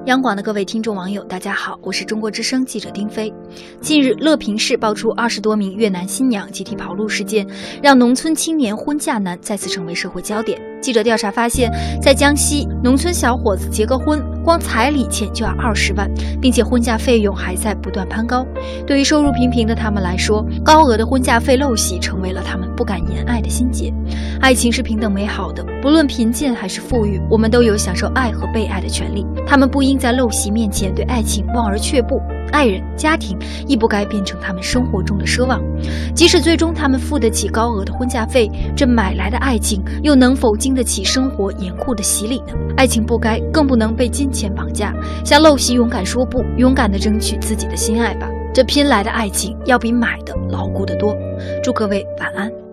央广的各位听众网友，大家好，我是中国之声记者丁飞。近日，乐平市爆出20多名越南新娘集体跑路事件，让农村青年婚嫁难再次成为社会焦点。记者调查发现，在江西，农村小伙子结个婚，光彩礼钱就要20万，并且婚嫁费用还在不断攀高。对于收入平平的他们来说，高额的婚嫁费陋习成为了他们不敢言爱的心结。爱情是平等美好的，不论贫贱还是富裕，我们都有享受爱和被爱的权利。他们不应在陋习面前对爱情望而却步，爱人、家庭亦不该变成他们生活中的奢望。即使最终他们付得起高额的婚嫁费，这买来的爱情又能否经得起生活严酷的洗礼呢？爱情不该，更不能被金钱绑架。向陋习勇敢说不，勇敢地争取自己的心爱吧。这拼来的爱情要比买的牢固得多。祝各位晚安。